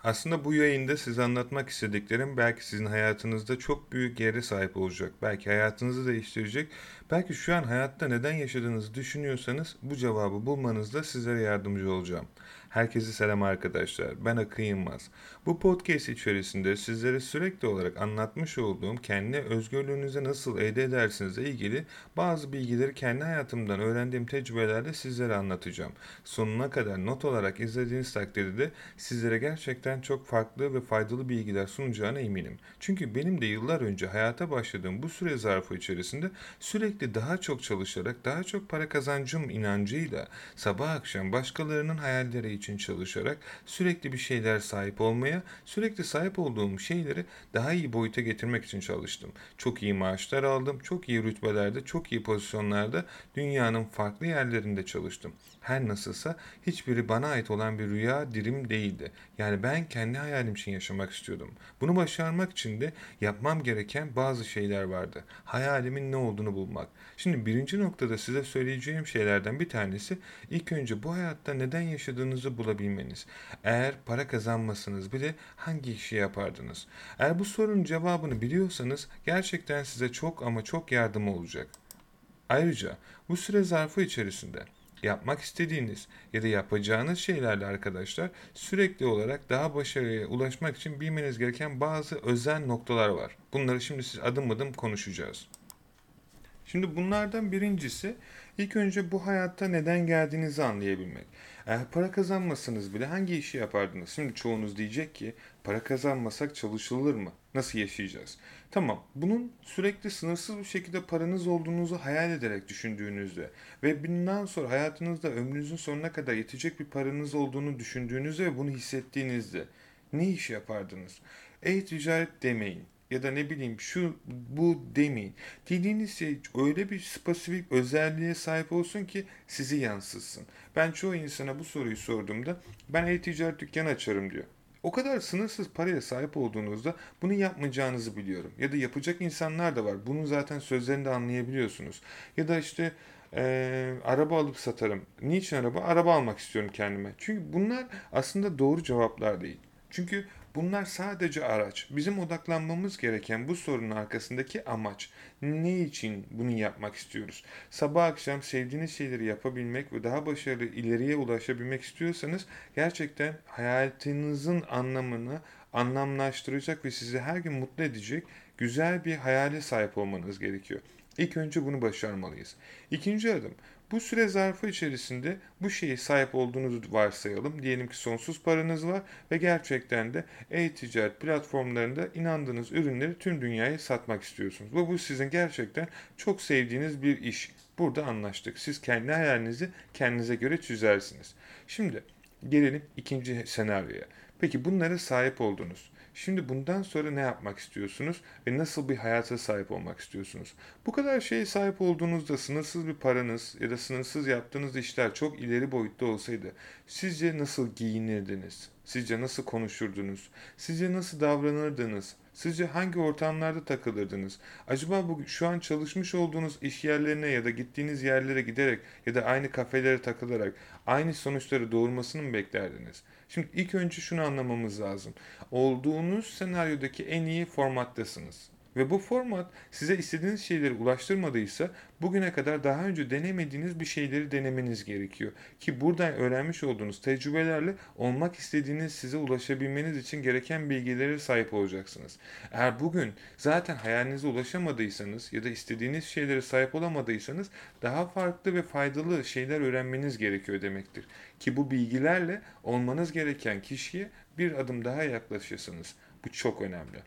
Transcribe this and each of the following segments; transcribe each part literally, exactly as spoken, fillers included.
Aslında bu yayında size anlatmak istediklerim belki sizin hayatınızda çok büyük yere sahip olacak. Belki hayatınızı değiştirecek. Belki şu an hayatta neden yaşadığınızı düşünüyorsanız bu cevabı bulmanızda sizlere yardımcı olacağım. Herkese selam arkadaşlar. Ben Akın Yılmaz. Bu podcast içerisinde sizlere sürekli olarak anlatmış olduğum kendi özgürlüğünüze nasıl elde edersinizle ilgili bazı bilgileri kendi hayatımdan öğrendiğim tecrübelerle sizlere anlatacağım. Sonuna kadar not olarak izlediğiniz takdirde sizlere gerçekten çok farklı ve faydalı bilgiler sunacağına eminim. Çünkü benim de yıllar önce hayata başladığım bu süre zarfı içerisinde sürekli daha çok çalışarak, daha çok para kazancım inancıyla sabah akşam başkalarının hayalleri için çalışarak sürekli bir şeyler sahip olmaya, sürekli sahip olduğum şeyleri daha iyi boyuta getirmek için çalıştım. Çok iyi maaşlar aldım, çok iyi rütbelerde, çok iyi pozisyonlarda dünyanın farklı yerlerinde çalıştım. Her nasılsa hiçbiri bana ait olan bir rüya dirim değildi. Yani ben kendi hayalim için yaşamak istiyordum. Bunu başarmak için de yapmam gereken bazı şeyler vardı. Hayalimin ne olduğunu bulmak. Şimdi birinci noktada size söyleyeceğim şeylerden bir tanesi ilk önce bu hayatta neden yaşadığınızı bulabilmeniz. Eğer para kazanmasanız bile hangi işi yapardınız? Eğer bu sorunun cevabını biliyorsanız gerçekten size çok ama çok yardım olacak. Ayrıca bu süre zarfı içerisinde yapmak istediğiniz ya da yapacağınız şeylerle arkadaşlar sürekli olarak daha başarıya ulaşmak için bilmeniz gereken bazı özel noktalar var. Bunları şimdi siz adım adım konuşacağız. Şimdi bunlardan birincisi ilk önce bu hayatta neden geldiğinizi anlayabilmek. Eğer para kazanmasanız bile hangi işi yapardınız? Şimdi çoğunuz diyecek ki para kazanmasak çalışılır mı? Nasıl yaşayacağız? Tamam, bunun sürekli sınırsız bir şekilde paranız olduğunuzu hayal ederek düşündüğünüzde ve bundan sonra hayatınızda ömrünüzün sonuna kadar yetecek bir paranız olduğunu düşündüğünüzde ve bunu hissettiğinizde ne iş yapardınız? E-ticaret demeyin ya da ne bileyim şu bu demeyin. Dediğiniz şey öyle bir spesifik özelliğe sahip olsun ki sizi yansıtsın. Ben çoğu insana bu soruyu sorduğumda ben e-ticaret dükkanı açarım diyor. O kadar sınırsız paraya sahip olduğunuzda bunu yapmayacağınızı biliyorum. Ya da yapacak insanlar da var. Bunu zaten sözlerinde anlayabiliyorsunuz. Ya da işte eee, araba alıp satarım. Niçin araba? Araba almak istiyorum kendime. Çünkü bunlar aslında doğru cevaplar değil. Çünkü bunlar sadece araç. Bizim odaklanmamız gereken bu sorunun arkasındaki amaç. Ne için bunu yapmak istiyoruz? Sabah akşam sevdiğiniz şeyleri yapabilmek ve daha başarılı ileriye ulaşabilmek istiyorsanız gerçekten hayatınızın anlamını anlamlaştıracak ve sizi her gün mutlu edecek güzel bir hayale sahip olmanız gerekiyor. İlk önce bunu başarmalıyız. İkinci adım, bu süre zarfı içerisinde bu şeye sahip olduğunuzu varsayalım. Diyelim ki sonsuz paranız var ve gerçekten de e-ticaret platformlarında inandığınız ürünleri tüm dünyaya satmak istiyorsunuz. Ve bu sizin gerçekten çok sevdiğiniz bir iş. Burada anlaştık. Siz kendi hayalinizi kendinize göre çizersiniz. Şimdi gelelim ikinci senaryoya. Peki bunlara sahip oldunuz. Şimdi bundan sonra ne yapmak istiyorsunuz ve nasıl bir hayata sahip olmak istiyorsunuz? Bu kadar şeye sahip olduğunuzda sınırsız bir paranız ya da sınırsız yaptığınız işler çok ileri boyutta olsaydı sizce nasıl giyinirdiniz? Sizce nasıl konuşurdunuz? Sizce nasıl davranırdınız? Sizce hangi ortamlarda takılırdınız? Acaba bu şu an çalışmış olduğunuz iş yerlerine ya da gittiğiniz yerlere giderek ya da aynı kafelere takılarak aynı sonuçları doğurmasını mı beklerdiniz? Şimdi ilk önce şunu anlamamız lazım. Olduğunuz senaryodaki en iyi formattasınız. Ve bu format size istediğiniz şeyleri ulaştırmadıysa bugüne kadar daha önce denemediğiniz bir şeyleri denemeniz gerekiyor. Ki buradan öğrenmiş olduğunuz tecrübelerle olmak istediğiniz size ulaşabilmeniz için gereken bilgilere sahip olacaksınız. Eğer bugün zaten hayalinize ulaşamadıysanız ya da istediğiniz şeylere sahip olamadıysanız daha farklı ve faydalı şeyler öğrenmeniz gerekiyor demektir. Ki bu bilgilerle olmanız gereken kişiye bir adım daha yaklaşırsınız. Bu çok önemli.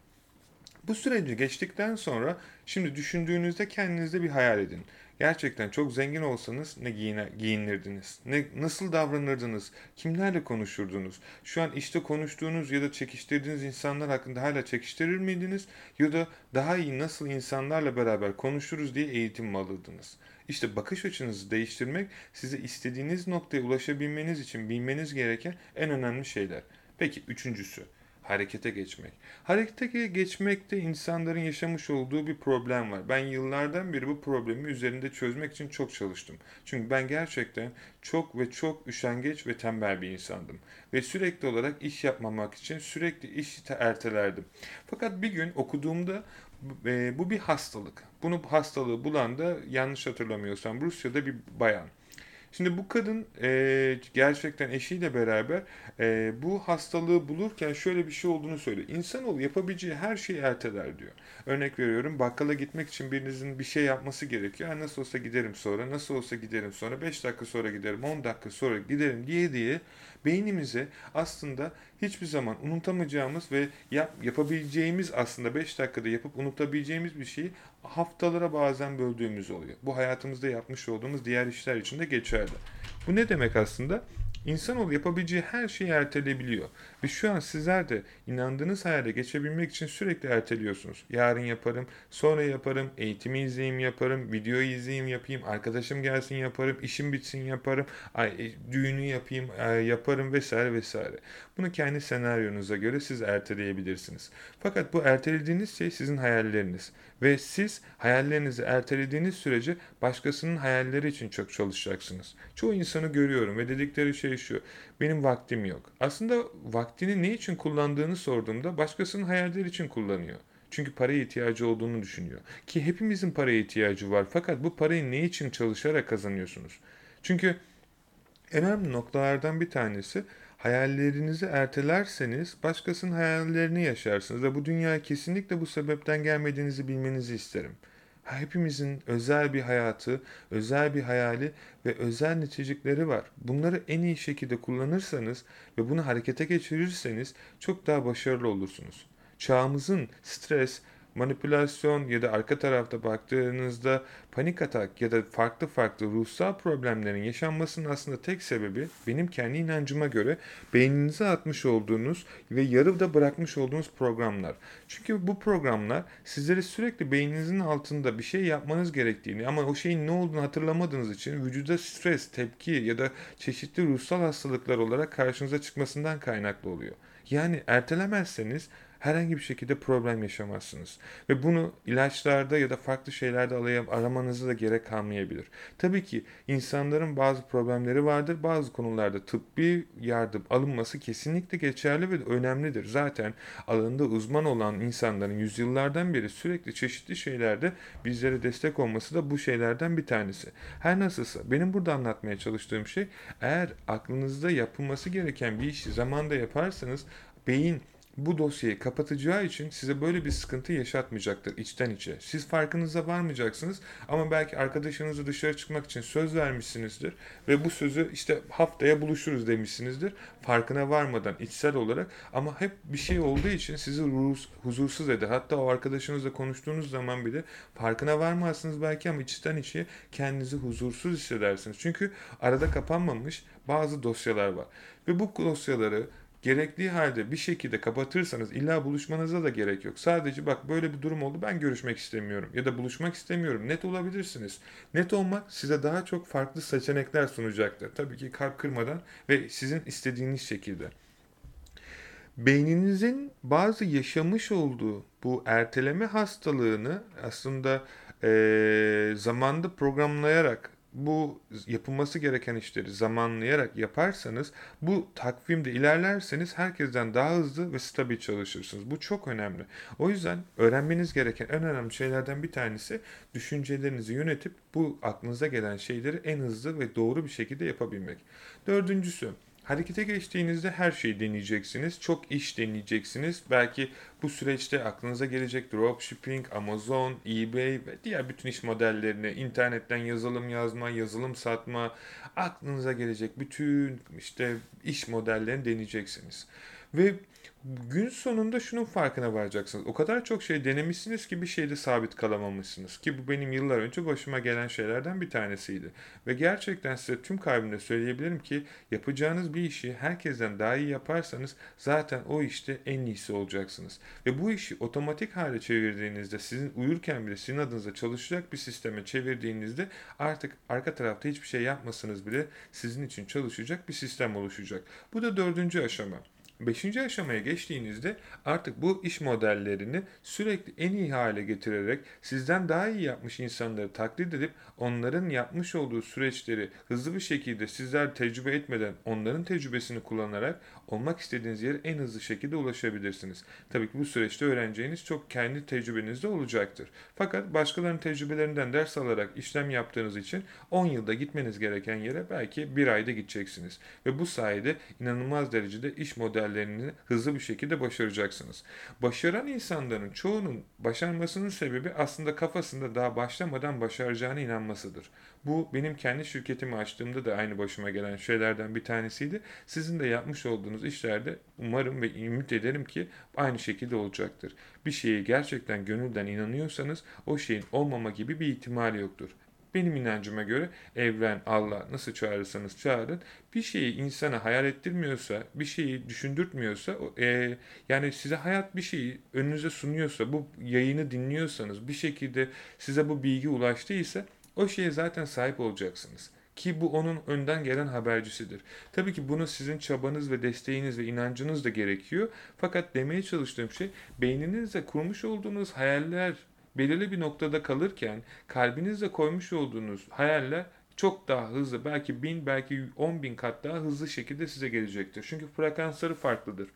Bu süreci geçtikten sonra şimdi düşündüğünüzde kendinizde bir hayal edin. Gerçekten çok zengin olsanız ne giyine, giyinirdiniz? Ne, nasıl davranırdınız? Kimlerle konuşurdunuz? Şu an işte konuştuğunuz ya da çekiştirdiğiniz insanlar hakkında hala çekiştirir miydiniz? Ya da daha iyi nasıl insanlarla beraber konuşuruz diye eğitim mi alırdınız? İşte bakış açınızı değiştirmek size istediğiniz noktaya ulaşabilmeniz için bilmeniz gereken en önemli şeyler. Peki üçüncüsü. Harekete geçmek. Harekete ge- geçmekte insanların yaşamış olduğu bir problem var. Ben yıllardan beri bu problemi üzerinde çözmek için çok çalıştım. Çünkü ben gerçekten çok ve çok üşengeç ve tembel bir insandım. Ve sürekli olarak iş yapmamak için sürekli işi te- ertelerdim. Fakat bir gün okuduğumda e, bu bir hastalık. Bunu hastalığı bulan da yanlış hatırlamıyorsam Rusya'da bir bayan. Şimdi bu kadın e, gerçekten eşiyle beraber e, bu hastalığı bulurken şöyle bir şey olduğunu söylüyor. İnsanoğlu yapabileceği her şeyi erteler diyor. Örnek veriyorum, bakkala gitmek için birinizin bir şey yapması gerekiyor. Ha, nasıl olsa giderim sonra, nasıl olsa giderim sonra, beş dakika sonra giderim, on dakika sonra giderim diye diye beynimize aslında hiçbir zaman unutamayacağımız ve yap, yapabileceğimiz, aslında beş dakikada yapıp unutabileceğimiz bir şeyi haftalara bazen böldüğümüz oluyor. Bu hayatımızda yapmış olduğumuz diğer işler için de geçerli. Bu ne demek aslında? İnsanoğlu yapabileceği her şeyi erteleyebiliyor. Ve şu an sizler de inandığınız hayale geçebilmek için sürekli erteliyorsunuz. Yarın yaparım, sonra yaparım, eğitimi izleyeyim yaparım, videoyu izleyeyim yapayım, arkadaşım gelsin yaparım, işim bitsin yaparım, ay, e, düğünü yapayım e, yaparım vesaire vesaire. Bunu kendi senaryonuza göre siz erteleyebilirsiniz. Fakat bu ertelediğiniz şey sizin hayalleriniz. Ve siz hayallerinizi ertelediğiniz sürece başkasının hayalleri için çok çalışacaksınız. Çoğu insanı görüyorum ve dedikleri şey şu: benim vaktim yok. Aslında vaktini ne için kullandığını sorduğumda başkasının hayalleri için kullanıyor. Çünkü paraya ihtiyacı olduğunu düşünüyor. Ki hepimizin paraya ihtiyacı var. Fakat bu parayı ne için çalışarak kazanıyorsunuz? Çünkü en önemli noktalardan bir tanesi, hayallerinizi ertelerseniz başkasının hayallerini yaşarsınız ve bu dünyaya kesinlikle bu sebepten gelmediğinizi bilmenizi isterim. Hepimizin özel bir hayatı, özel bir hayali ve özel nitelikleri var. Bunları en iyi şekilde kullanırsanız ve bunu harekete geçirirseniz çok daha başarılı olursunuz. Çağımızın stres, manipülasyon ya da arka tarafta baktığınızda panik atak ya da farklı farklı ruhsal problemlerin yaşanmasının aslında tek sebebi, benim kendi inancıma göre, beyninize atmış olduğunuz ve yarıda bırakmış olduğunuz programlar. Çünkü bu programlar sizleri sürekli beyninizin altında bir şey yapmanız gerektiğini ama o şeyin ne olduğunu hatırlamadığınız için vücuda stres, tepki ya da çeşitli ruhsal hastalıklar olarak karşınıza çıkmasından kaynaklı oluyor. Yani ertelemezseniz herhangi bir şekilde problem yaşamazsınız. Ve bunu ilaçlarda ya da farklı şeylerde aramanıza da gerek kalmayabilir. Tabii ki insanların bazı problemleri vardır. Bazı konularda tıbbi yardım alınması kesinlikle geçerli ve önemlidir. Zaten alanında uzman olan insanların yüzyıllardan beri sürekli çeşitli şeylerde bizlere destek olması da bu şeylerden bir tanesi. Her nasılsa benim burada anlatmaya çalıştığım şey, eğer aklınızda yapılması gereken bir işi zamanda yaparsanız beyin bu dosyayı kapatacağı için size böyle bir sıkıntı yaşatmayacaktır içten içe. Siz farkınıza varmayacaksınız ama belki arkadaşınızla dışarı çıkmak için söz vermişsinizdir ve bu sözü işte haftaya buluşuruz demişsinizdir. Farkına varmadan içsel olarak, ama hep bir şey olduğu için sizi huzursuz eder. Hatta o arkadaşınızla konuştuğunuz zaman bile farkına varmazsınız belki ama içten içe kendinizi huzursuz hissedersiniz. Çünkü arada kapanmamış bazı dosyalar var ve bu dosyaları gerektiği halde bir şekilde kapatırsanız illa buluşmanıza da gerek yok. Sadece bak böyle bir durum oldu, ben görüşmek istemiyorum ya da buluşmak istemiyorum. Net olabilirsiniz. Net olmak size daha çok farklı seçenekler sunacaktır. Tabii ki kalp kırmadan ve sizin istediğiniz şekilde. Beyninizin bazı yaşamış olduğu bu erteleme hastalığını aslında eee, zamanda programlayarak, bu yapılması gereken işleri zamanlayarak yaparsanız, bu takvimde ilerlerseniz herkesten daha hızlı ve stabil çalışırsınız. Bu çok önemli. O yüzden öğrenmeniz gereken en önemli şeylerden bir tanesi, düşüncelerinizi yönetip bu aklınıza gelen şeyleri en hızlı ve doğru bir şekilde yapabilmek. Dördüncüsü, harekete geçtiğinizde her şeyi deneyeceksiniz. Çok iş deneyeceksiniz. Belki bu süreçte aklınıza gelecek dropshipping, Amazon, eBay ve diğer bütün iş modellerini, internetten yazılım yazma, yazılım satma, aklınıza gelecek bütün işte iş modellerini deneyeceksiniz. Ve gün sonunda şunun farkına varacaksınız. O kadar çok şey denemişsiniz ki bir şeyde sabit kalamamışsınız. Ki bu benim yıllar önce başıma gelen şeylerden bir tanesiydi. Ve gerçekten size tüm kalbimle söyleyebilirim ki, yapacağınız bir işi herkesten daha iyi yaparsanız zaten o işte en iyisi olacaksınız. Ve bu işi otomatik hale çevirdiğinizde, sizin uyurken bile sizin adınıza çalışacak bir sisteme çevirdiğinizde, artık arka tarafta hiçbir şey yapmasanız bile sizin için çalışacak bir sistem oluşacak. Bu da dördüncü aşama. Beşinci aşamaya geçtiğinizde artık bu iş modellerini sürekli en iyi hale getirerek sizden daha iyi yapmış insanları taklit edip onların yapmış olduğu süreçleri hızlı bir şekilde sizler tecrübe etmeden onların tecrübesini kullanarak olmak istediğiniz yere en hızlı şekilde ulaşabilirsiniz. Tabii ki bu süreçte öğreneceğiniz çok kendi tecrübenizde olacaktır. Fakat başkalarının tecrübelerinden ders alarak işlem yaptığınız için on yılda gitmeniz gereken yere belki bir ayda gideceksiniz. Ve bu sayede inanılmaz derecede iş modellerini hızlı bir şekilde başaracaksınız. Başaran insanların çoğunun başarmasının sebebi aslında kafasında daha başlamadan başaracağına inanmasıdır. Bu benim kendi şirketimi açtığımda da aynı başıma gelen şeylerden bir tanesiydi. Sizin de yapmış olduğunuz işlerde umarım ve ümit ederim ki aynı şekilde olacaktır. Bir şeye gerçekten gönülden inanıyorsanız o şeyin olmama gibi bir ihtimali yoktur. Benim inancıma göre evren, Allah nasıl çağırırsanız çağırın bir şeyi insana hayal ettirmiyorsa, bir şeyi düşündürtmüyorsa e, yani size hayat bir şeyi önünüze sunuyorsa, bu yayını dinliyorsanız bir şekilde size bu bilgi ulaştıysa o şeye zaten sahip olacaksınız. Ki bu onun önden gelen habercisidir. Tabii ki bunu sizin çabanız ve desteğiniz ve inancınız da gerekiyor. Fakat demeye çalıştığım şey beyninizde kurmuş olduğunuz hayaller belirli bir noktada kalırken kalbinizde koymuş olduğunuz hayaller çok daha hızlı belki bin belki on bin kat daha hızlı şekilde size gelecektir. Çünkü frekansları farklıdır.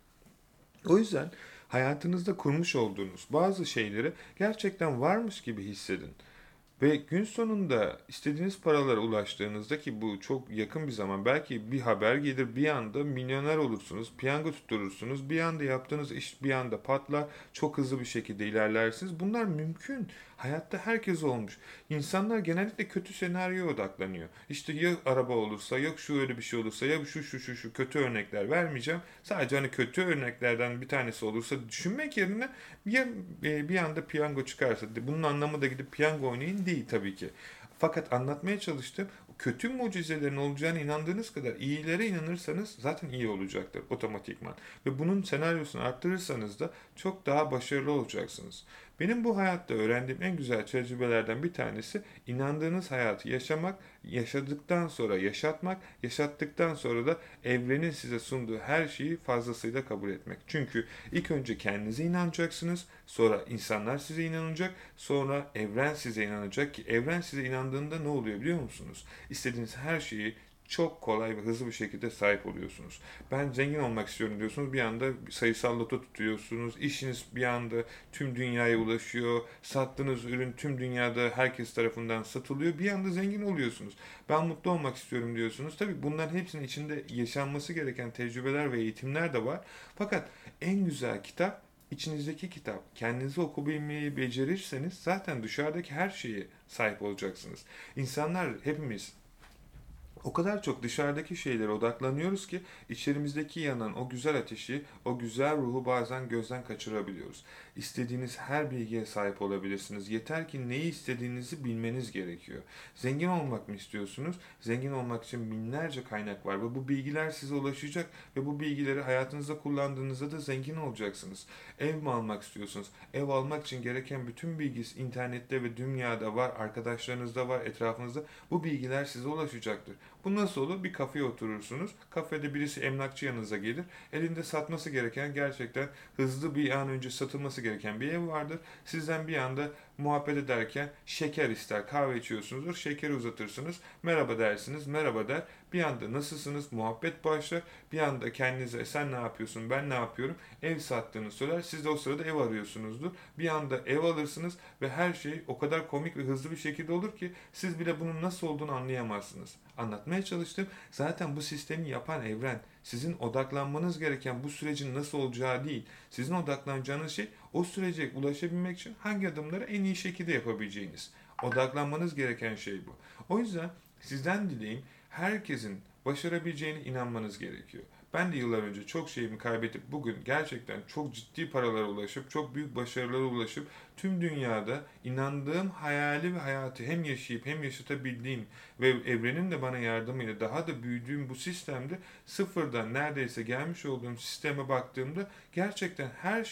O yüzden hayatınızda kurmuş olduğunuz bazı şeyleri gerçekten varmış gibi hissedin. Ve gün sonunda istediğiniz paralara ulaştığınızda ki bu çok yakın bir zaman belki bir haber gelir bir anda milyoner olursunuz, piyango tutturursunuz, bir anda yaptığınız iş bir anda patlar, çok hızlı bir şekilde ilerlersiniz. Bunlar mümkün. Hayatta herkes olmuş. İnsanlar genellikle kötü senaryoya odaklanıyor. İşte ya araba olursa, yok şu öyle bir şey olursa, ya şu şu şu şu kötü örnekler vermeyeceğim. Sadece hani kötü örneklerden bir tanesi olursa düşünmek yerine ya e, bir anda piyango çıkarsa, bunun anlamı da gidip piyango oynayın değil tabii ki. Fakat anlatmaya çalıştığım kötü mucizelerin olacağına inandığınız kadar iyilere inanırsanız zaten iyi olacaktır otomatikman. Ve bunun senaryosunu arttırırsanız da çok daha başarılı olacaksınız. Benim bu hayatta öğrendiğim en güzel tecrübelerden bir tanesi inandığınız hayatı yaşamak, yaşadıktan sonra yaşatmak, yaşattıktan sonra da evrenin size sunduğu her şeyi fazlasıyla kabul etmek. Çünkü ilk önce kendinize inanacaksınız, sonra insanlar size inanacak, sonra evren size inanacak ki evren size inandığında ne oluyor biliyor musunuz? İstediğiniz her şeyi çok kolay ve hızlı bir şekilde sahip oluyorsunuz. Ben zengin olmak istiyorum diyorsunuz. Bir anda sayısal loto tutuyorsunuz. İşiniz bir anda tüm dünyaya ulaşıyor. Sattığınız ürün tüm dünyada herkes tarafından satılıyor. Bir anda zengin oluyorsunuz. Ben mutlu olmak istiyorum diyorsunuz. Tabii bunların hepsinin içinde yaşanması gereken tecrübeler ve eğitimler de var. Fakat en güzel kitap İçinizdeki kitap. Kendinizi okuyabilmeyi becerirseniz zaten dışarıdaki her şeye sahip olacaksınız. İnsanlar hepimiz o kadar çok dışarıdaki şeylere odaklanıyoruz ki içerimizdeki yanan o güzel ateşi, o güzel ruhu bazen gözden kaçırabiliyoruz. İstediğiniz her bilgiye sahip olabilirsiniz. Yeter ki neyi istediğinizi bilmeniz gerekiyor. Zengin olmak mı istiyorsunuz? Zengin olmak için binlerce kaynak var ve bu bilgiler size ulaşacak ve bu bilgileri hayatınızda kullandığınızda da zengin olacaksınız. Ev mi almak istiyorsunuz? Ev almak için gereken bütün bilgi internette ve dünyada var, arkadaşlarınızda var, etrafınızda. Bu bilgiler size ulaşacaktır. Bu nasıl olur? Bir kafeye oturursunuz. Kafede birisi emlakçı yanınıza gelir. Elinde satması gereken gerçekten hızlı bir an önce satılması gereken bir ev vardır. Sizden bir anda muhabbet ederken şeker ister. Kahve içiyorsunuzdur. Şekeri uzatırsınız. Merhaba dersiniz. Merhaba der. Bir anda nasılsınız? Muhabbet başlar. Bir anda kendinize sen ne yapıyorsun? Ben ne yapıyorum? Ev sattığını söyler. Siz de o sırada ev arıyorsunuzdur. Bir anda ev alırsınız ve her şey o kadar komik ve hızlı bir şekilde olur ki siz bile bunun nasıl olduğunu anlayamazsınız. Anlatmaya çalıştım. Zaten bu sistemi yapan evren. Sizin odaklanmanız gereken bu sürecin nasıl olacağı değil. Sizin odaklanacağınız şey o sürece ulaşabilmek için hangi adımları en iyi şekilde yapabileceğiniz. Odaklanmanız gereken şey bu. O yüzden sizden dileğim herkesin başarabileceğine inanmanız gerekiyor. Ben de yıllar önce çok şeyimi kaybedip bugün gerçekten çok ciddi paralara ulaşıp, çok büyük başarılara ulaşıp tüm dünyada inandığım hayali ve hayatı hem yaşayıp hem yaşatabildiğim ve evrenin de bana yardımıyla daha da büyüdüğüm bu sistemde sıfırdan neredeyse gelmiş olduğum sisteme baktığımda gerçekten her şeyin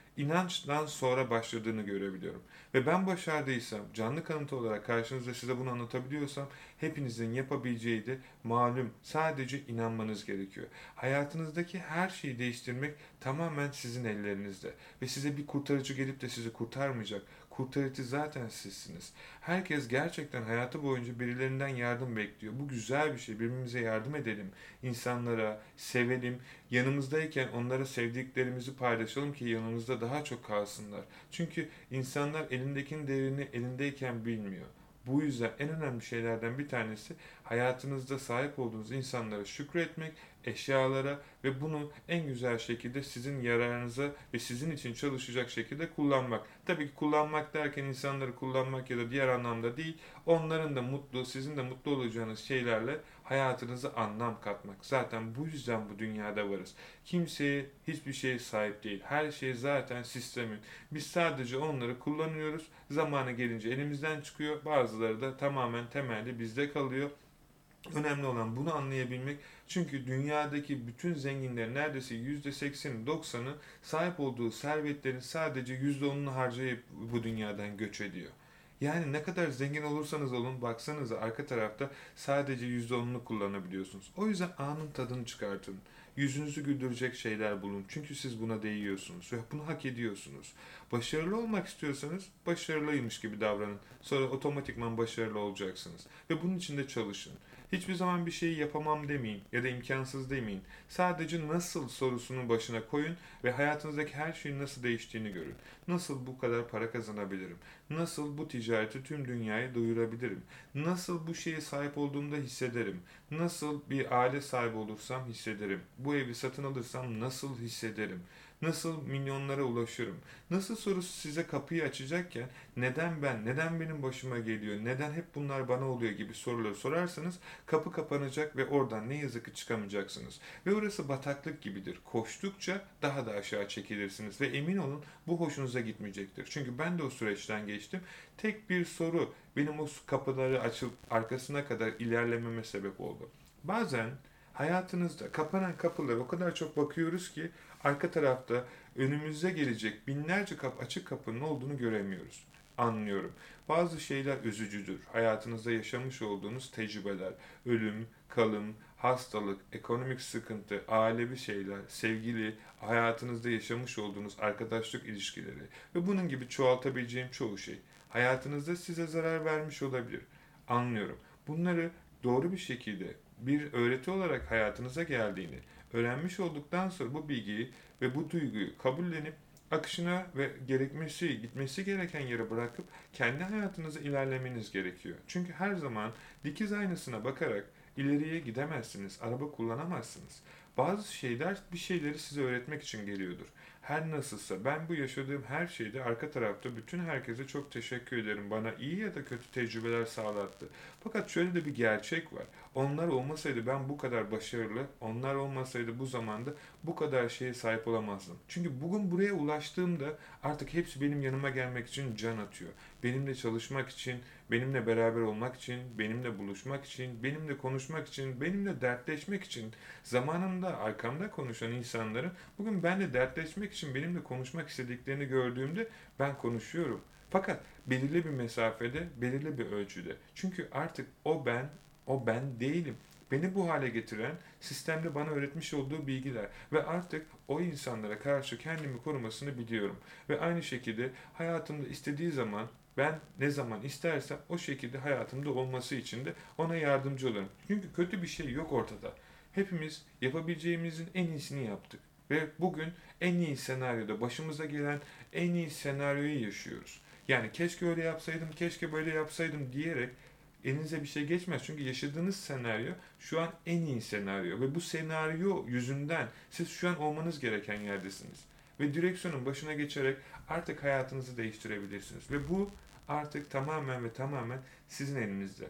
inançtan sonra başladığını görebiliyorum. Ve ben başardıysam, canlı kanıtı olarak karşınızda size bunu anlatabiliyorsam, hepinizin yapabileceği de malum, sadece inanmanız gerekiyor. Hayatınızdaki her şeyi değiştirmek tamamen sizin ellerinizde. Ve size bir kurtarıcı gelip de sizi kurtarmayacak. Kurtarıcı zaten sizsiniz. Herkes gerçekten hayatı boyunca birilerinden yardım bekliyor. Bu güzel bir şey. Birbirimize yardım edelim. İnsanlara sevelim. Yanımızdayken onlara sevdiklerimizi paylaşalım ki yanımızda daha çok kalsınlar. Çünkü insanlar elindekinin değerini elindeyken bilmiyor. Bu yüzden en önemli şeylerden bir tanesi hayatınızda sahip olduğunuz insanlara şükretmek, eşyalara ve bunu en güzel şekilde sizin yararınıza ve sizin için çalışacak şekilde kullanmak. Tabii ki kullanmak derken insanları kullanmak ya da diğer anlamda değil, onların da mutlu, sizin de mutlu olacağınız şeylerle hayatınıza anlam katmak. Zaten bu yüzden bu dünyada varız. Kimseye hiçbir şeye sahip değil. Her şey zaten sistemin. Biz sadece onları kullanıyoruz. Zamanı gelince elimizden çıkıyor. Bazıları da tamamen temelli bizde kalıyor. Önemli olan bunu anlayabilmek. Çünkü dünyadaki bütün zenginlerin neredeyse yüzde sekseni doksanı sahip olduğu servetlerin sadece yüzde onunu harcayıp bu dünyadan göç ediyor. Yani ne kadar zengin olursanız olun, baksanıza arka tarafta sadece yüzde onunu kullanabiliyorsunuz. O yüzden anın tadını çıkartın. Yüzünüzü güldürecek şeyler bulun. Çünkü siz buna değiyorsunuz ve bunu hak ediyorsunuz. Başarılı olmak istiyorsanız başarılıymış gibi davranın. Sonra otomatikman başarılı olacaksınız. Ve bunun için de çalışın. Hiçbir zaman bir şeyi yapamam demeyin ya da imkansız demeyin. Sadece nasıl sorusunun başına koyun ve hayatınızdaki her şeyin nasıl değiştiğini görün. Nasıl bu kadar para kazanabilirim? Nasıl bu ticareti tüm dünyaya duyurabilirim? Nasıl bu şeye sahip olduğumda hissederim? Nasıl bir aile sahibi olursam hissederim? Bu evi satın alırsam nasıl hissederim? Nasıl milyonlara ulaşırım? Nasıl sorusu size kapıyı açacakken neden ben, neden benim başıma geliyor, neden hep bunlar bana oluyor gibi soruları sorarsanız kapı kapanacak ve oradan ne yazık ki çıkamayacaksınız. Ve orası bataklık gibidir. Koştukça daha da aşağı çekilirsiniz ve emin olun bu hoşunuza gitmeyecektir. Çünkü ben de o süreçten geçtim. Tek bir soru benim o kapıları açıp arkasına kadar ilerlememe sebep oldu. Bazen hayatınızda kapanan kapılara o kadar çok bakıyoruz ki arka tarafta önümüze gelecek binlerce kapı, açık kapının olduğunu göremiyoruz. Anlıyorum. Bazı şeyler üzücüdür. Hayatınızda yaşamış olduğunuz tecrübeler, ölüm, kalım, hastalık, ekonomik sıkıntı, ailevi şeyler, sevgili, hayatınızda yaşamış olduğunuz arkadaşlık ilişkileri ve bunun gibi çoğaltabileceğim çoğu şey hayatınızda size zarar vermiş olabilir. Anlıyorum. Bunları doğru bir şekilde bir öğreti olarak hayatınıza geldiğini öğrenmiş olduktan sonra bu bilgiyi ve bu duyguyu kabullenip akışına ve gerekmesi, gitmesi gereken yere bırakıp kendi hayatınızı ilerlemeniz gerekiyor. Çünkü her zaman dikiz aynasına bakarak ileriye gidemezsiniz, araba kullanamazsınız. Bazı şeyler bir şeyleri size öğretmek için geliyordur. Her nasılsa ben bu yaşadığım her şeyde arka tarafta bütün herkese çok teşekkür ederim. Bana iyi ya da kötü tecrübeler sağlattı. Fakat şöyle de bir gerçek var. Onlar olmasaydı ben bu kadar başarılı, onlar olmasaydı bu zamanda bu kadar şeye sahip olamazdım. Çünkü bugün buraya ulaştığımda artık hepsi benim yanıma gelmek için can atıyor. Benimle çalışmak için, benimle beraber olmak için, benimle buluşmak için, benimle konuşmak için, benimle dertleşmek için zamanında arkamda konuşan insanların bugün benimle dertleşmek için benimle konuşmak istediklerini gördüğümde ben konuşuyorum. Fakat belirli bir mesafede, belirli bir ölçüde. Çünkü artık o ben, o ben değilim. Beni bu hale getiren sistemde bana öğretmiş olduğu bilgiler ve artık o insanlara karşı kendimi korumasını biliyorum. Ve aynı şekilde hayatımda istediği zaman ben ne zaman istersem o şekilde hayatımda olması için de ona yardımcı olurum. Çünkü kötü bir şey yok ortada. Hepimiz yapabileceğimizin en iyisini yaptık. Ve bugün en iyi senaryoda başımıza gelen en iyi senaryoyu yaşıyoruz. Yani keşke öyle yapsaydım, keşke böyle yapsaydım diyerek elinize bir şey geçmez. Çünkü yaşadığınız senaryo şu an en iyi senaryo. Ve bu senaryo yüzünden siz şu an olmanız gereken yerdesiniz. Ve direksiyonun başına geçerek artık hayatınızı değiştirebilirsiniz. Ve bu artık tamamen ve tamamen sizin elinizde.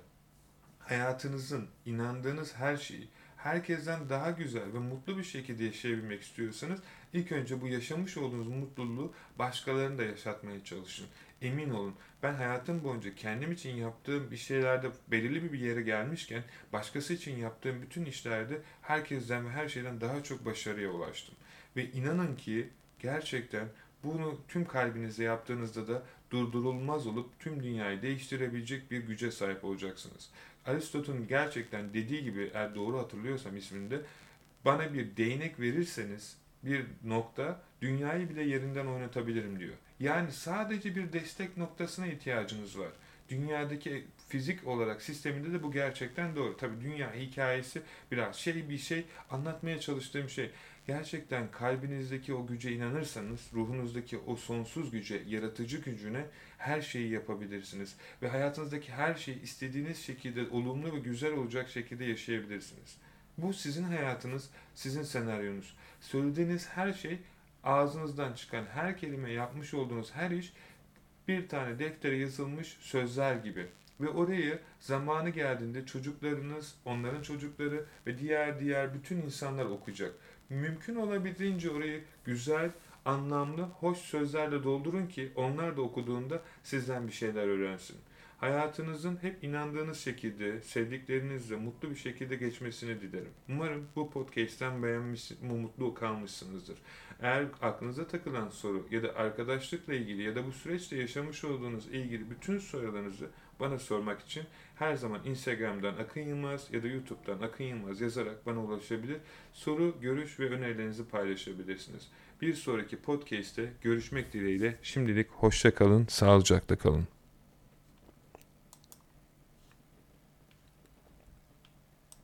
Hayatınızın inandığınız her şeyi herkesten daha güzel ve mutlu bir şekilde yaşayabilmek istiyorsanız ilk önce bu yaşamış olduğunuz mutluluğu başkalarını da yaşatmaya çalışın. Emin olun ben hayatım boyunca kendim için yaptığım bir şeylerde belirli bir yere gelmişken başkası için yaptığım bütün işlerde herkesten ve her şeyden daha çok başarıya ulaştım. Ve inanın ki gerçekten Bunu tüm kalbinizle yaptığınızda da durdurulmaz olup tüm dünyayı değiştirebilecek bir güce sahip olacaksınız. Aristo'nun gerçekten dediği gibi, eğer doğru hatırlıyorsam isminde, bana bir değnek verirseniz bir nokta, dünyayı bile yerinden oynatabilirim diyor. Yani sadece bir destek noktasına ihtiyacınız var. Dünyadaki fizik olarak sisteminde de bu gerçekten doğru. Tabii dünya hikayesi biraz şey, bir şey anlatmaya çalıştığım şey. Gerçekten kalbinizdeki o güce inanırsanız, ruhunuzdaki o sonsuz güce, yaratıcı gücüne, her şeyi yapabilirsiniz. Ve hayatınızdaki her şeyi istediğiniz şekilde olumlu ve güzel olacak şekilde yaşayabilirsiniz. Bu sizin hayatınız, sizin senaryonuz. Söylediğiniz her şey, ağzınızdan çıkan her kelime, yapmış olduğunuz her iş bir tane deftere yazılmış sözler gibi. Ve orayı zamanı geldiğinde çocuklarınız, onların çocukları ve diğer diğer bütün insanlar okuyacak. Mümkün olabildiğince orayı güzel, anlamlı, hoş sözlerle doldurun ki onlar da okuduğunda sizden bir şeyler öğrensin. Hayatınızın hep inandığınız şekilde, sevdiklerinizle mutlu bir şekilde geçmesini dilerim. Umarım bu podcast'ten beğenmiş, mutlu kalmışsınızdır. Eğer aklınıza takılan soru ya da arkadaşlıkla ilgili ya da bu süreçte yaşamış olduğunuz ilgili bütün sorularınızı bana sormak için her zaman Instagram'dan Akın Yılmaz ya da YouTube'dan Akın Yılmaz yazarak bana ulaşabilir. Soru, görüş ve önerilerinizi paylaşabilirsiniz. Bir sonraki podcast'te görüşmek dileğiyle. Şimdilik hoşça kalın, sağlıcakla kalın.